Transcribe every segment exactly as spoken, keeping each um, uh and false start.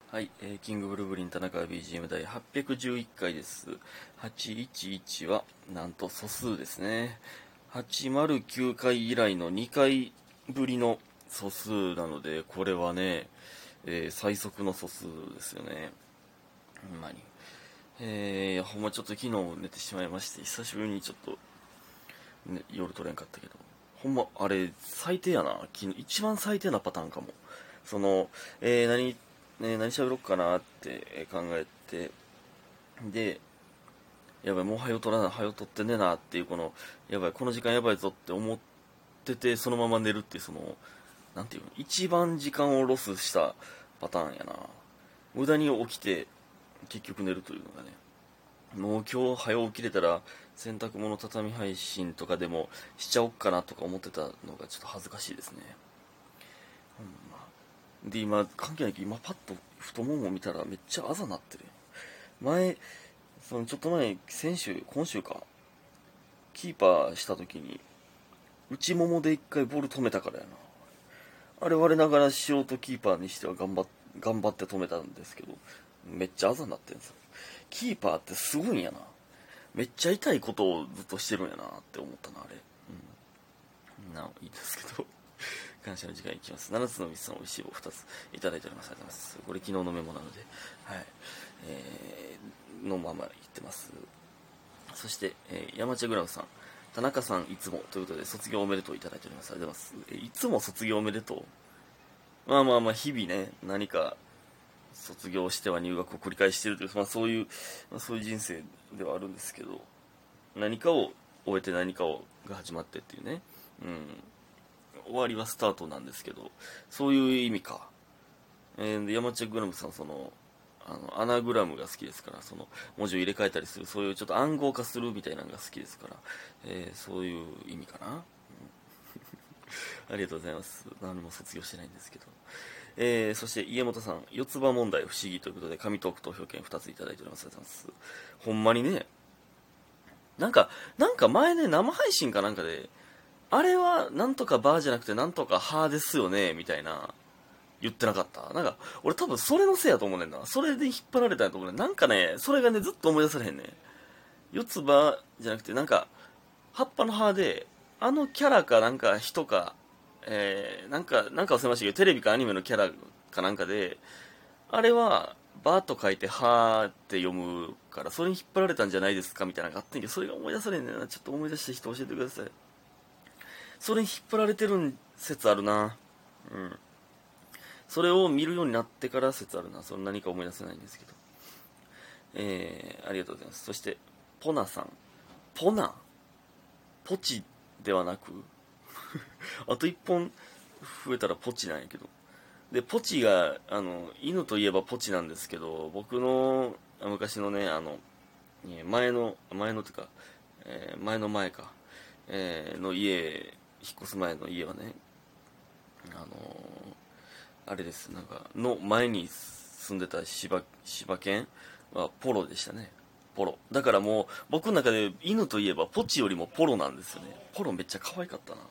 はい、えーキングブルブリン田中 ビージーエム 第はっぴゃくじゅういっかいです。はちいちいちはなんと素数ですね。はちまるきゅうかい以来のにかいぶりの素数なので、これはね、えー最速の素数ですよね。ほんまに。えー、いやほんまちょっと昨日寝てしまいまして、久しぶりにちょっと、ね、夜取れんかったけど、ほんまあれ最低やな。昨日一番最低なパターンかも。その、えー、何ね、何喋ろっかなって考えて、で、やばい、もう早よ取らな、早よ取ってねえなっていう、この、やばい、この時間やばいぞって思ってて、そのまま寝るっていう、その、なんていうの、一番時間をロスしたパターンやな。無駄に起きて、結局寝るというのがね。もう今日早起きれたら、洗濯物畳配信とかでもしちゃおっかなとか思ってたのがちょっと恥ずかしいですね。ほんま。で、今、関係ないけど、今パッと太ももを見たらめっちゃあざなってる。前、そのちょっと前、先週、今週か、キーパーした時に、内ももで一回ボール止めたからやな。あれ我ながら素人キーパーにしては頑張っ頑張って止めたんですけど、めっちゃあざになってるんですよ。キーパーってすごいんやな。めっちゃ痛いことをずっとしてるんやなって思ったな、あれ。うん。なお、いいですけど。感謝の時間いきます。ななつのみつさん、おいしい棒ふたついただいております。ありがとうございます。これ昨日のメモなので、はい。えー、のまま言ってます。そして、えー、山茶グラムさん、田中さんいつもということで、卒業おめでとういただいております。ありがとうございます。えーいつも卒業おめでとう。まあまあまあ、日々ね、何か卒業しては入学を繰り返しているという、まあそういう、まあ、そういう人生ではあるんですけど、何かを終えて何かをが始まってっていうね。うん。終わりはスタートなんですけど、そういう意味か。えー、で山地グラムさん、その、あの、アナグラムが好きですから、その、文字を入れ替えたりする、そういうちょっと暗号化するみたいなのが好きですから、えー、そういう意味かな。うん、ありがとうございます。何も卒業してないんですけど。えー、そして家元さん、四つ葉問題不思議ということで、紙トーク投票券ふたついただいております。ありがとうございます。ほんまにね、なんか、なんか前ね、生配信かなんかで、あれはなんとかバーじゃなくてなんとかハーですよね、みたいな、言ってなかった。なんか、俺多分それのせいやと思うねんな。それで引っ張られたんやと思うねん。なんかね、それがね、ずっと思い出されへんねん。四つ葉じゃなくて、なんか、葉っぱの葉で、あのキャラかなんか人か、えー、なんか、なんか忘れましたけど、テレビかアニメのキャラかなんかで、あれは、バーと書いて、はーって読むから、それに引っ張られたんじゃないですかみたいなのがあってんけど、それが思い出されんねんな。ちょっと思い出した人教えてください。それに引っ張られてる説あるな。うん。それを見るようになってから説あるな。それ何か思い出せないんですけど。えー、ありがとうございます。そして、ポナさん。ポナポチではなくあと一本増えたらポチなんやけど。で、ポチが、あの、犬といえばポチなんですけど、僕の昔のね、あの、前の、前のっていうか、えー前の前か、えーの家、引っ越す前の家はね、あのーあれです、なんか、の前に住んでた柴、柴犬はポロでしたね。ポロ。だからもう、僕の中で犬といえばポチよりもポロなんですよね。ポロめっちゃ可愛かったな。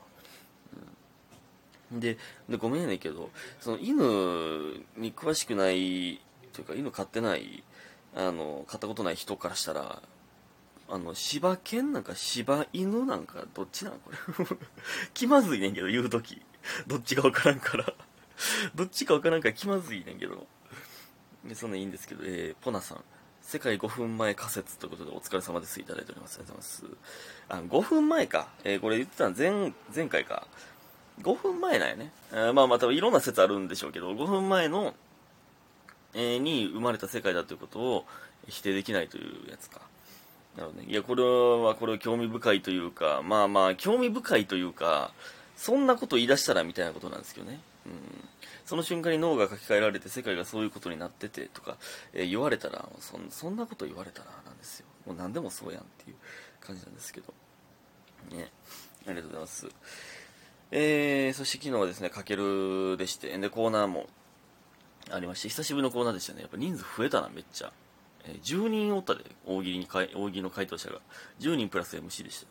で、でごめんやねんけど、その犬に詳しくないというか、犬飼ってない、あの、飼ったことない人からしたら、あの、柴犬なんか柴犬なんかどっちなんこれ気まずいねんけど、言うとき。どっちかわからんからどっちかわからんから気まずいねんけど。でそんなんいいんですけど、えー、ポナさん。世界ごふんまえ仮説ということでお疲れ様です。いただいております。ありがとうございます。あ、ごふんまえか。えー、これ言ってたの前、前回か。ごふんまえなんやね。えー、まあまあ多分いろんな説あるんでしょうけど、ごふんまえの、えー、に生まれた世界だということを否定できないというやつか。なるほどね。いや、これは、これは興味深いというか、まあまあ、興味深いというか、そんなこと言い出したらみたいなことなんですけどね。うん。その瞬間に脳が書き換えられて世界がそういうことになっててとか、えー言われたらそん、そんなこと言われたらなんですよ。もう何でもそうやんっていう感じなんですけど。ね。ありがとうございます。えー、そして昨日はですね、かけるでして、で、コーナーもありまして、久しぶりのコーナーでしたね。やっぱ人数増えたな、めっちゃ。えーじゅうにんおったで、大喜利にかい、大喜利の回答者が。じゅうにんプラス エムシー でした。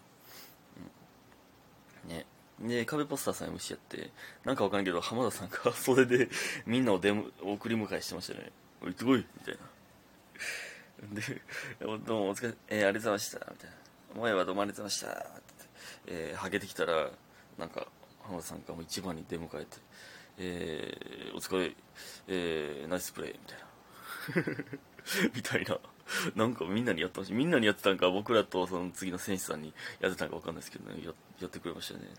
ね。で、壁ポスターさん エムシー やって、なんかわからんけど、浜田さんが袖でみんなを出む送り迎えしてましたね。 行ってこいみたいな。で、どうもお疲れ、えー、ありがとうございましたみたいな。前はどうもありがとうございましたって、えー、はげてきたら、なんか浜田さんがもう一番に出迎えて、えー、お疲れ、えー、ナイスプレーみたいなみたいな、なんかみんなにやってほしい、みんなにやってたんか、僕らとその次の選手さんにやってたんか分かんないですけどね、や, やってくれましたね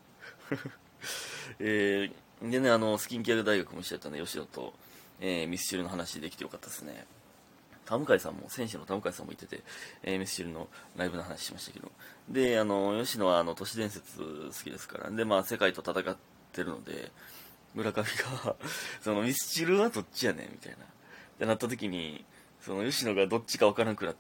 えー、でね、あのスキンケア大学も一緒やったんで、吉野と、えー、ミスチルの話できてよかったですね。田向さんも、選手の田向さんもいてて、えー、ミスチルのライブの話しましたけど、で、あの吉野はあの都市伝説好きですから、で、まあ世界と戦ってるので、村上がそのミスチルはどっちやねんみたいなってなった時に、その吉野がどっちか分からなくなって、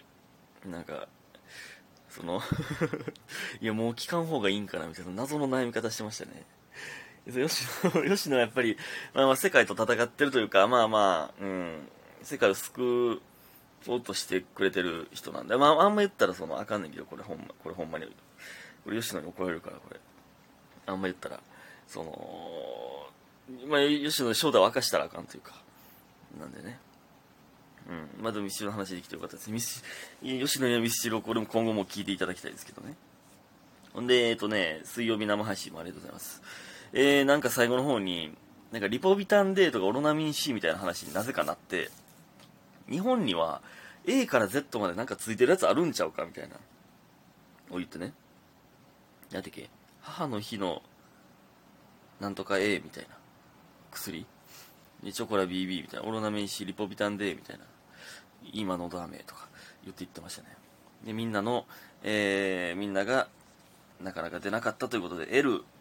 なんかそのいやもう聞かん方がいいんかなみたいな謎の悩み方してましたね。吉野吉野はやっぱり、まあ、まあ世界と戦ってるというか、まあまあ、うん、世界を救おうとしてくれてる人なんで、まああんま言ったらそのあかんねんけど、これほんまこれほんまにこれ吉野に怒られるから、これあんま言ったらその、まあ吉野の正体を明かしたらあかんというかなんでね。うん、まだミスチルの話できてよかったです。ミス吉野やミスチルをこれも今後も聞いていただきたいですけどね。ほんで、えっとね、水曜日生配信もありがとうございます。えー、なんか最後の方に、なんかリポビタン D とかオロナミン C みたいな話になぜかなって、日本には A から Z までなんかついてるやつあるんちゃうかみたいな。を言ってね。なんてっけ、母の日のなんとか A みたいな薬で、チョコラ ビービー みたいな、オロナミン C、リポビタン D みたいな、今のダメとか言って言ってましたね。で、みんなの、えー、みんながなかなか出なかったということで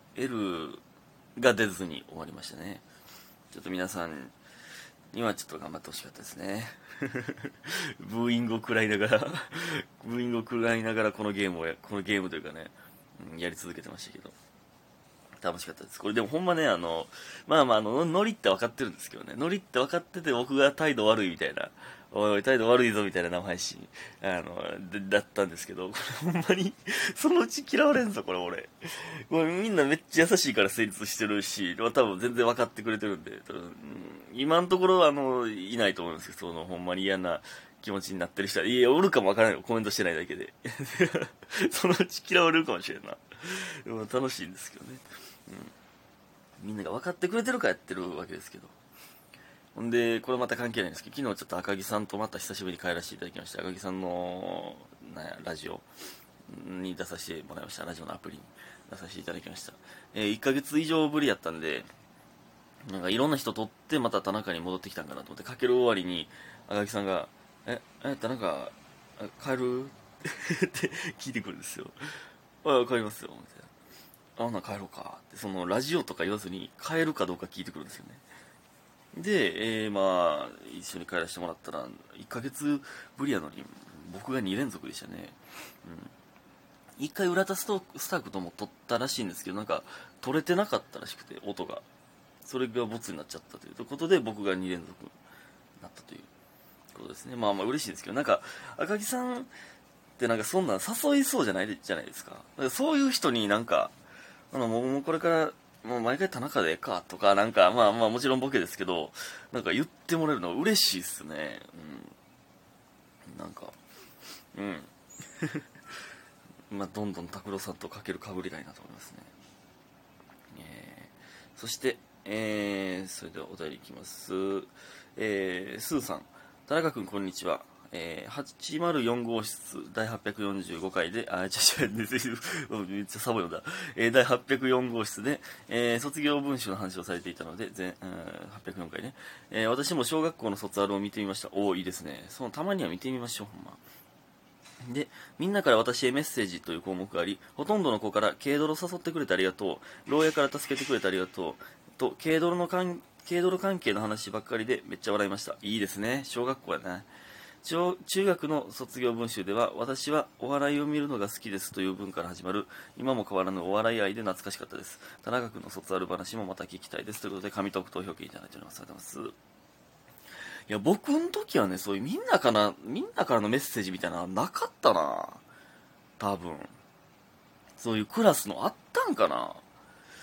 L、L が出ずに終わりましたね。ちょっと皆さんにはちょっと頑張ってほしかったですねブーイングを食らいながらブーイングを食らいながらこのゲームをやこのゲームというかね、うん、やり続けてましたけど楽しかったです。これでもほんまね、あのまあまああのノリって分かってるんですけどね、ノリって分かってて僕が態度悪いみたいな、おいおい態度悪いぞみたいな生配信あのだったんですけど、これほんまにそのうち嫌われんぞこれ俺。これみんなめっちゃ優しいから成立してるし、多分全然分かってくれてるんで、うん、今のところあのいないと思うんですけど、そのほんまに嫌な気持ちになってる人は、いやおるかも分からないよ、コメントしてないだけでそのうち嫌われるかもしれんな。でも楽しいんですけどね、うん、みんなが分かってくれてるからやってるわけですけど。ほんでこれまた関係ないんですけど、昨日ちょっと赤木さんとまた久しぶりに帰らせていただきまして、赤木さんのなんやラジオに出させてもらいました。ラジオのアプリに出させていただきました。えー、いっかげつ以上ぶりやったんで、なんかいろんな人撮ってまた田中に戻ってきたんかなと思って、かける終わりに赤木さんが「ええ田中帰る?」って聞いてくるんですよ。あ、帰りますよみたいな。あ、な帰ろうかって、そのラジオとか言わずに帰るかどうか聞いてくるんですよね。で、えー、まあ一緒に帰らせてもらったらいっかげつぶりやのに僕がに連続でしたね。うん、いっかい浦田ストスタークとも撮ったらしいんですけど、なんか撮れてなかったらしくて、音がそれがボツになっちゃったということで僕がに連続になったということですね。まあまあ嬉しいですけど、なんか赤木さんってなんかそんなん誘いそうじゃないじゃないですか。だからそういう人になんかあのもうこれからもう毎回田中でええかとか、なんかまあまあもちろんボケですけど、なんか言ってもらえるの嬉しいっすね。うん、なんかうんまあどんどん拓郎さんとかけるかぶりたいなと思いますね。えー、そしてえー、それではお便りいきます。えー、スーさん、田中君こんにちは。えー、はちまるよん号室だいはっぴゃくよんじゅうごかいで、あ、ちゃちゃ、めっちゃサボよだ、えー、だいはっぴゃくよん号室で、えー、卒業文集の話をされていたので、全、うん、はっぴゃくよんかいね、えー、私も小学校の卒アルを見てみました。おー、いいですね。そのたまには見てみましょう、ほんま。で、みんなから私へメッセージという項目があり、ほとんどの子から、軽泥誘ってくれてありがとう、牢屋から助けてくれてありがとう、と、軽泥の関軽泥関係の話ばっかりでめっちゃ笑いました。いいですね。小学校やね。中学の卒業文集では、私はお笑いを見るのが好きですという文から始まる、今も変わらぬお笑い愛で懐かしかったです。田中君の卒アル話もまた聞きたいです。ということで、紙トーク投票権いただいております。ありがとうございます。いや、僕の時はね、そういうみんなから、みんなからのメッセージみたいなのなかったな。多分。そういうクラスのあったんかな。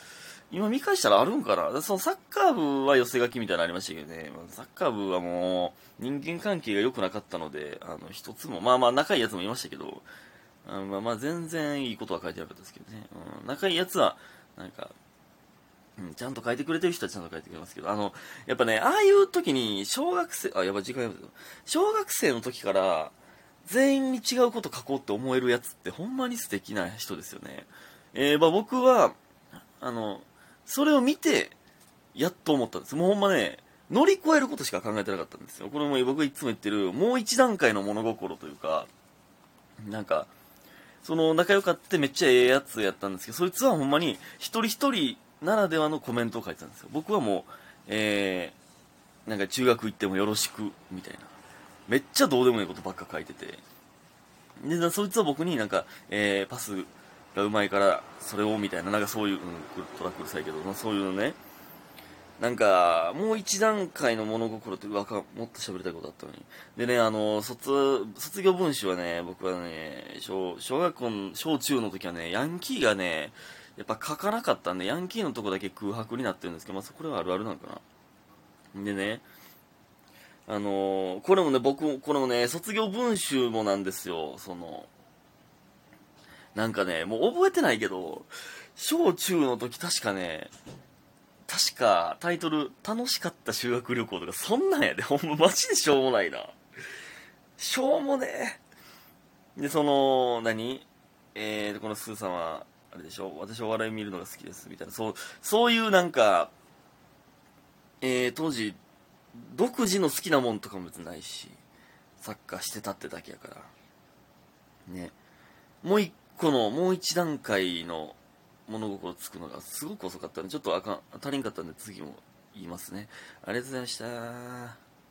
今見返したらあるんかな。そのサッカー部は寄せ書きみたいなのありましたけどね、サッカー部はもう人間関係が良くなかったので、あの一つも、まあまあ仲いいやつもいましたけど、あまあまあ全然いいことは書いてなかったですけどね。うん、仲いいやつは、なんか、うん、ちゃんと書いてくれてる人はちゃんと書いてくれますけど、あの、やっぱね、ああいう時に、小学生、あ、やばい、時間やばい。小学生の時から、全員に違うこと書こうって思えるやつってほんまに素敵な人ですよね。えー、まあ僕は、あの、それを見て、やっと思ったんです。もうほんまね、乗り越えることしか考えてなかったんですよ。これも僕がいつも言ってる、もう一段階の物心というか、なんか、その仲良かってめっちゃええやつやったんですけど、そいつはほんまに一人一人ならではのコメントを書いてたんですよ。僕はもう、えー、なんか中学行ってもよろしく、みたいな。めっちゃどうでもいいことばっか書いてて。で、そいつは僕になんか、えー、パスがうまいから、それを、みたいな、なんかそういう、うん、トラックうるさいけど、まあ、そういうのね、なんか、もう一段階の物心って、うわか、もっと喋りたいことあったのに。でね、あの、卒、卒業文集はね、僕はね、小、小学校の、小中の時はね、ヤンキーがね、やっぱ書かなかったんで、ヤンキーのとこだけ空白になってるんですけど、まあ、これはあるあるなのかな。でね、あのこれもね、僕、これもね、卒業文集もなんですよ、その、なんかね、もう覚えてないけど、小中の時確かね、確かタイトル楽しかった修学旅行とかそんなんやで。ほんまマジでしょうもないな。しょうもねえ。でその何えー、このスーさんはあれでしょ、私はお笑い見るのが好きですみたいな、そうそういうなんか、えー、当時独自の好きなもんとかも別にないし、サッカーしてたってだけやからね。もう一個のもう一段階の物心つくのがすごく遅かったんで、ちょっとあかん足りんかったんで次も言いますね。ありがとうございました。